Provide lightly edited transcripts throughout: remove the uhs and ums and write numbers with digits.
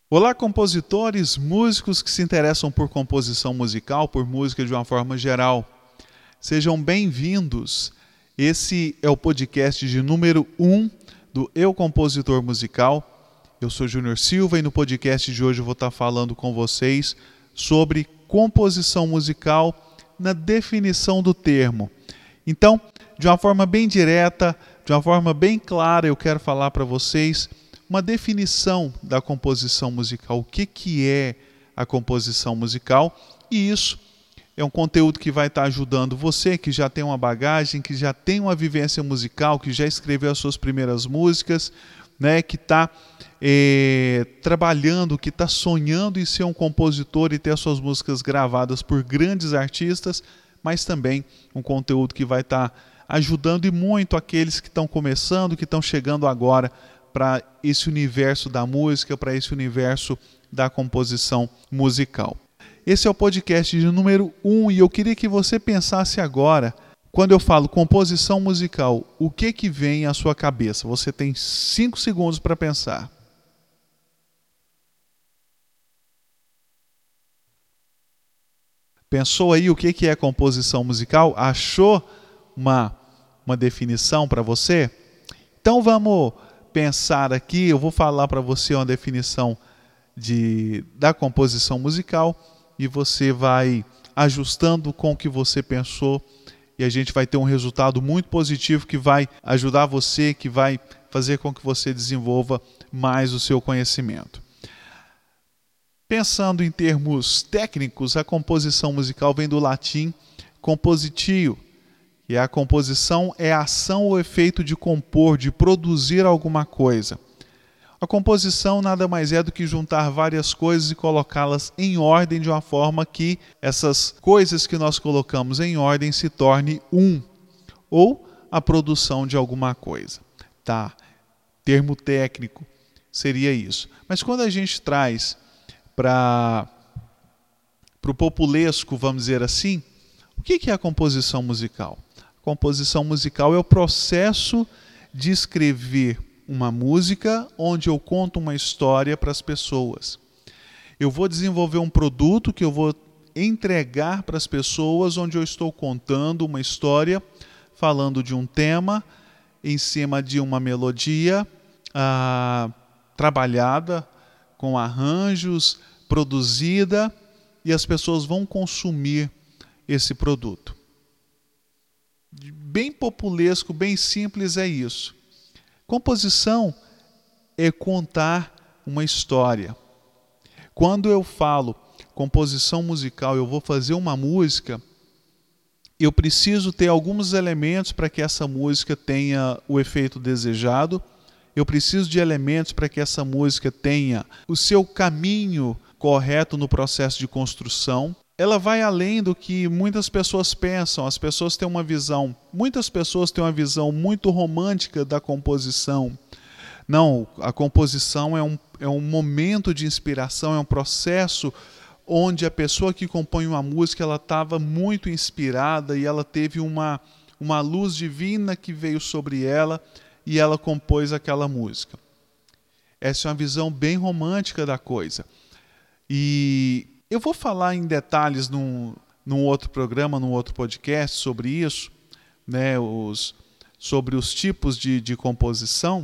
Olá, compositores, músicos que se interessam por composição musical, por música de uma forma geral. Sejam bem-vindos. Esse é o podcast de número 1 do Eu Compositor Musical. Eu sou Júnior Silva e no podcast de hoje eu vou estar falando com vocês sobre composição musical na definição do termo. Então, de uma forma bem direta, de uma forma bem clara, eu quero falar para vocês uma definição da composição musical, o que é a composição musical, e isso é um conteúdo que vai estar ajudando você que já tem uma bagagem, que já tem uma vivência musical, que já escreveu as suas primeiras músicas, né, que está trabalhando, que está sonhando em ser um compositor e ter as suas músicas gravadas por grandes artistas, mas também um conteúdo que vai estar ajudando e muito aqueles que estão começando, que estão chegando agora para esse universo da música, para esse universo da composição musical. Esse é o podcast de número 1 e eu queria que você pensasse agora, quando eu falo composição musical, o que vem à sua cabeça? Você tem 5 segundos para pensar. Pensou aí o que é composição musical? Achou uma definição para você? Então vamos pensar aqui, eu vou falar para você uma definição da composição musical e você vai ajustando com o que você pensou e a gente vai ter um resultado muito positivo que vai ajudar você, que vai fazer com que você desenvolva mais o seu conhecimento. Pensando em termos técnicos, a composição musical vem do latim compositio, e a composição é a ação ou efeito de compor, de produzir alguma coisa. A composição nada mais é do que juntar várias coisas e colocá-las em ordem de uma forma que essas coisas que nós colocamos em ordem se torne ou a produção de alguma coisa. Tá? Termo técnico seria isso. Mas quando a gente traz para o populesco, vamos dizer assim, o que é a composição musical? A composição musical é o processo de escrever uma música onde eu conto uma história para as pessoas. Eu vou desenvolver um produto que eu vou entregar para as pessoas onde eu estou contando uma história, falando de um tema, em cima de uma melodia trabalhada, com arranjos, produzida, e as pessoas vão consumir esse produto. Bem populesco, bem simples é isso. Composição é contar uma história. Quando eu falo composição musical, eu vou fazer uma música, eu preciso ter alguns elementos para que essa música tenha o efeito desejado, eu preciso de elementos para que essa música tenha o seu caminho correto no processo de construção. Ela vai além do que muitas pessoas pensam. Muitas pessoas têm uma visão muito romântica da composição. Não, a composição é um momento de inspiração, é um processo onde a pessoa que compõe uma música, ela estava muito inspirada e ela teve uma luz divina que veio sobre ela e ela compôs aquela música. Essa é uma visão bem romântica da coisa. E eu vou falar em detalhes num outro programa, num outro podcast sobre isso, né, sobre os tipos de composição,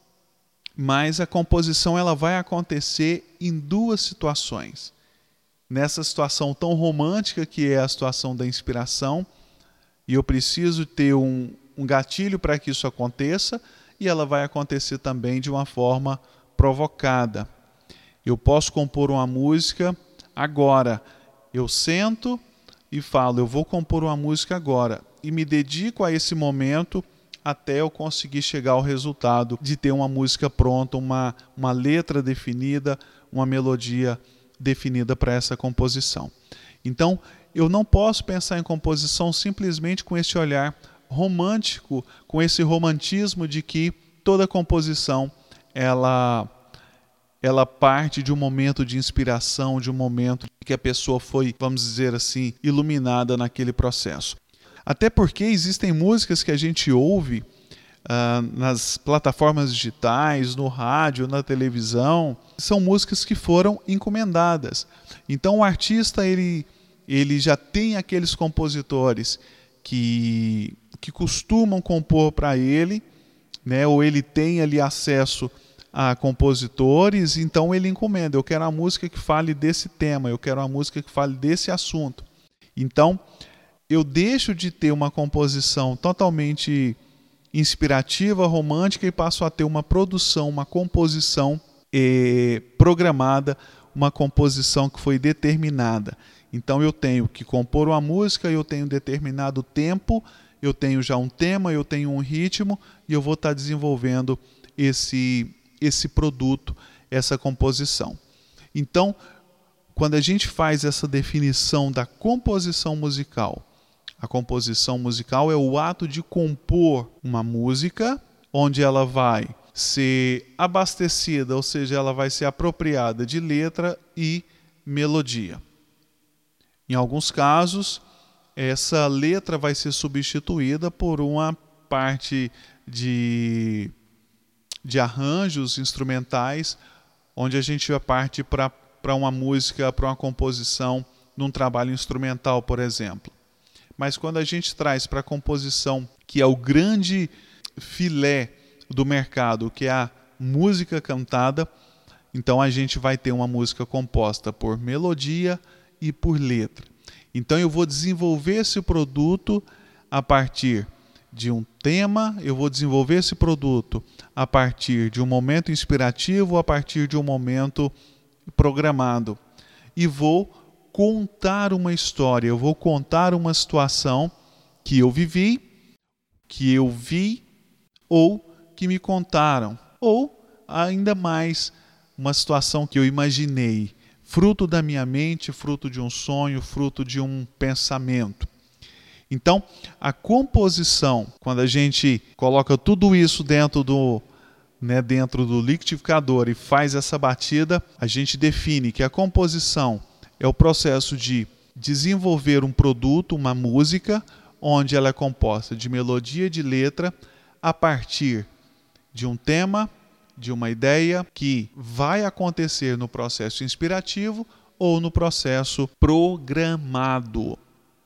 mas a composição ela vai acontecer em 2 situações. Nessa situação tão romântica que é a situação da inspiração, e eu preciso ter um gatilho para que isso aconteça, e ela vai acontecer também de uma forma provocada. Eu posso compor uma música agora, eu sento e falo, eu vou compor uma música agora e me dedico a esse momento até eu conseguir chegar ao resultado de ter uma música pronta, uma letra definida, uma melodia definida para essa composição. Então, eu não posso pensar em composição simplesmente com esse olhar romântico, com esse romantismo de que toda composição ela parte de um momento de inspiração, de um momento que a pessoa foi, vamos dizer assim, iluminada naquele processo. Até porque existem músicas que a gente ouve nas plataformas digitais, no rádio, na televisão, são músicas que foram encomendadas. Então o artista ele já tem aqueles compositores que costumam compor para ele, né? Ou ele tem ali acesso a compositores, então ele encomenda. Eu quero uma música que fale desse tema, eu quero uma música que fale desse assunto. Então eu deixo de ter uma composição totalmente inspirativa, romântica, e passo a ter uma produção, uma composição programada, uma composição que foi determinada. Então eu tenho que compor uma música, eu tenho determinado tempo, eu tenho já um tema, eu tenho um ritmo, e eu vou estar desenvolvendo esse produto, essa composição. Então, quando a gente faz essa definição da composição musical, a composição musical é o ato de compor uma música onde ela vai ser abastecida, ou seja, ela vai ser apropriada de letra e melodia. Em alguns casos, essa letra vai ser substituída por uma parte de arranjos instrumentais, onde a gente vai partir para uma música, para uma composição num trabalho instrumental, por exemplo. Mas quando a gente traz para a composição, que é o grande filé do mercado, que é a música cantada, então a gente vai ter uma música composta por melodia e por letra. Então eu vou desenvolver esse produto a partir de um tema, eu vou desenvolver esse produto a partir de um momento inspirativo, a partir de um momento programado. E vou contar uma história, eu vou contar uma situação que eu vivi, que eu vi, ou que me contaram, ou ainda mais, uma situação que eu imaginei, fruto da minha mente, fruto de um sonho, fruto de um pensamento. Então, a composição, quando a gente coloca tudo isso dentro do liquidificador e faz essa batida, a gente define que a composição é o processo de desenvolver um produto, uma música, onde ela é composta de melodia e de letra a partir de um tema, de uma ideia que vai acontecer no processo inspirativo ou no processo programado.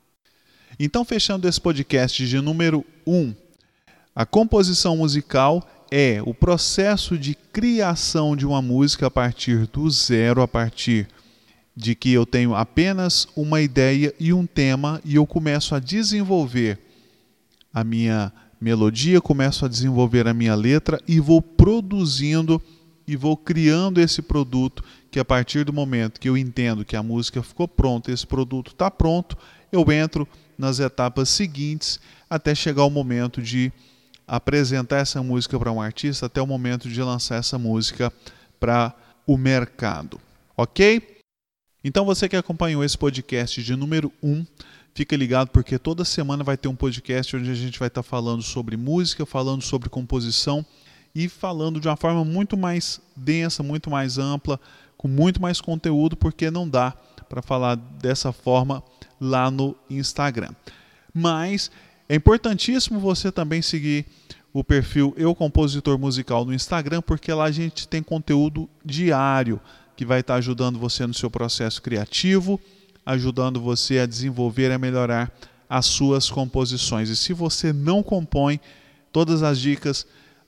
Então, fechando esse podcast de número 1, a composição musical é o processo de criação de uma música a partir do zero, a partir de que eu tenho apenas uma ideia e um tema, e eu começo a desenvolver a minha melodia, começo a desenvolver a minha letra e vou produzindo e vou criando esse produto, que a partir do momento que eu entendo que a música ficou pronta, esse produto está pronto, eu entro nas etapas seguintes até chegar o momento de apresentar essa música para um artista, até o momento de lançar essa música para o mercado. Ok? Então você que acompanhou esse podcast de número 1, fica ligado porque toda semana vai ter um podcast onde a gente vai estar falando sobre música, falando sobre composição e falando de uma forma muito mais densa, muito mais ampla, com muito mais conteúdo, porque não dá para falar dessa forma lá no Instagram. Mas é importantíssimo você também seguir o perfil Eu Compositor Musical no Instagram, porque lá a gente tem conteúdo diário que vai estar ajudando você no seu processo criativo, ajudando você a desenvolver e a melhorar as suas composições. E se você não compõe, todas as dicas,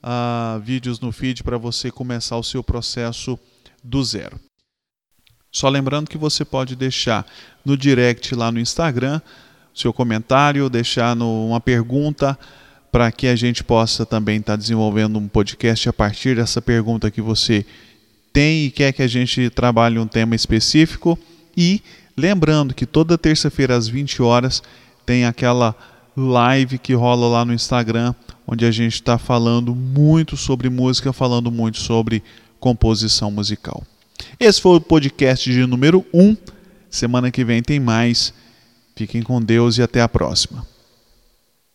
vídeos no feed para você começar o seu processo do zero. Só lembrando que você pode deixar no direct lá no Instagram seu comentário, deixar uma pergunta para que a gente possa também estar desenvolvendo um podcast a partir dessa pergunta que você tem e quer que a gente trabalhe um tema específico. E lembrando que toda terça-feira às 20 horas tem aquela live que rola lá no Instagram, onde a gente está falando muito sobre música, falando muito sobre composição musical. Esse foi o podcast de número 1. Semana que vem tem mais. Fiquem com Deus e até a próxima.